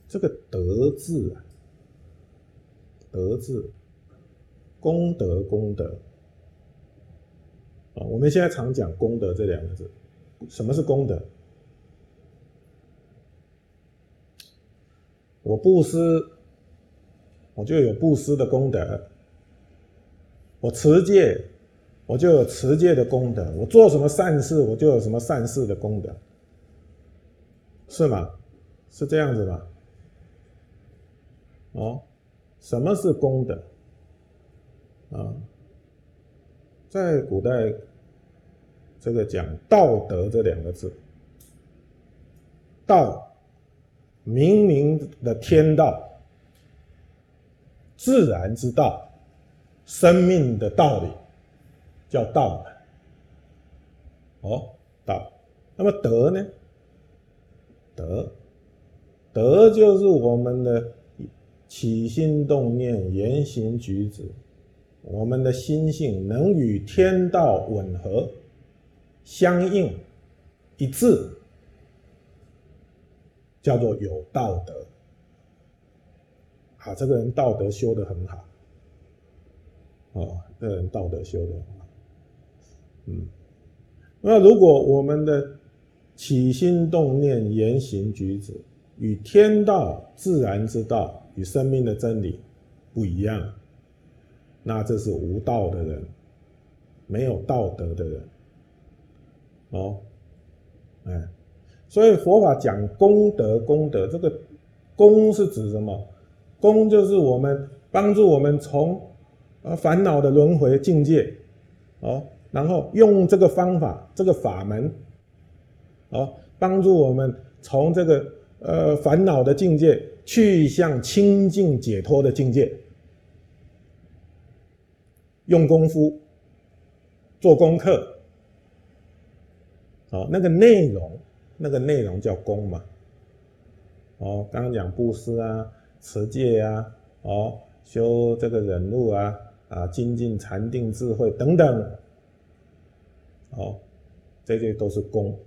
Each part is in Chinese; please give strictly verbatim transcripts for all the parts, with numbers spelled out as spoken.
这个德字啊，德字，功德功德啊，我们现在常讲功德这两个字，什么是功德？我布施，我就有布施的功德；我持戒，我就有持戒的功德；我做什么善事，我就有什么善事的功德，是吗？是这样子吗？哦，什么是功德？啊，在古代，这个讲道德这两个字，道，明明的天道，自然之道，生命的道理，叫道。哦，道。那么德呢？德，德就是我们的起心动念、言行举止，我们的心性能与天道吻合、相应、一致，叫做有道德。啊，这个人道德修得很好，哦，这个人道德修得很好。嗯，那如果我们的起心动念、言行举止与天道、自然之道、与生命的真理不一样，那这是无道的人，没有道德的人。哦，哎，所以佛法讲功德，功德这个功是指什么？功就是我们帮助我们从烦恼的轮回境界，哦，然后用这个方法、这个法门，哦，帮助我们从这个呃烦恼的境界去向清净解脱的境界。用功夫，做功课，哦，那个内容，那个内容叫功嘛。哦，刚刚讲布施啊、持戒啊，哦，修这个忍辱啊，啊，精进禅定智慧等等，哦，这些都是功。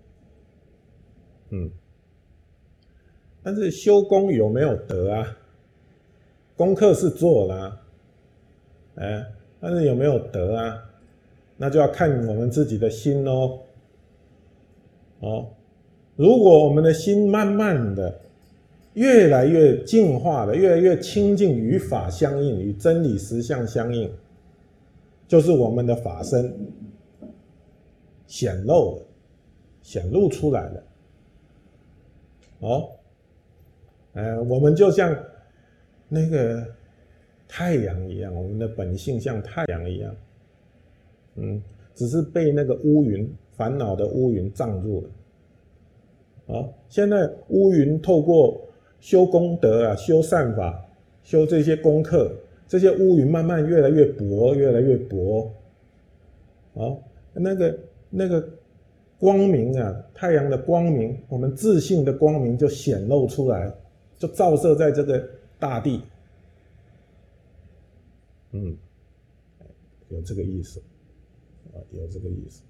嗯，但是修功有没有德啊？功课是做了啊，哎，但是有没有德啊？那就要看我们自己的心哦。哦，如果我们的心慢慢的越来越净化了，越来越清净，与法相应，与真理实相相应，就是我们的法身显露了，显露出来了。哦，呃，我们就像那个太阳一样，我们的本性像太阳一样，嗯，只是被那个乌云、烦恼的乌云障住了。哦，现在乌云透过修功德啊、修善法、修这些功课，这些乌云慢慢越来越薄，越来越薄。哦，那个那个光明啊，太阳的光明，我们自信的光明就显露出来，就照射在这个大地。嗯，有这个意思，啊，有这个意思。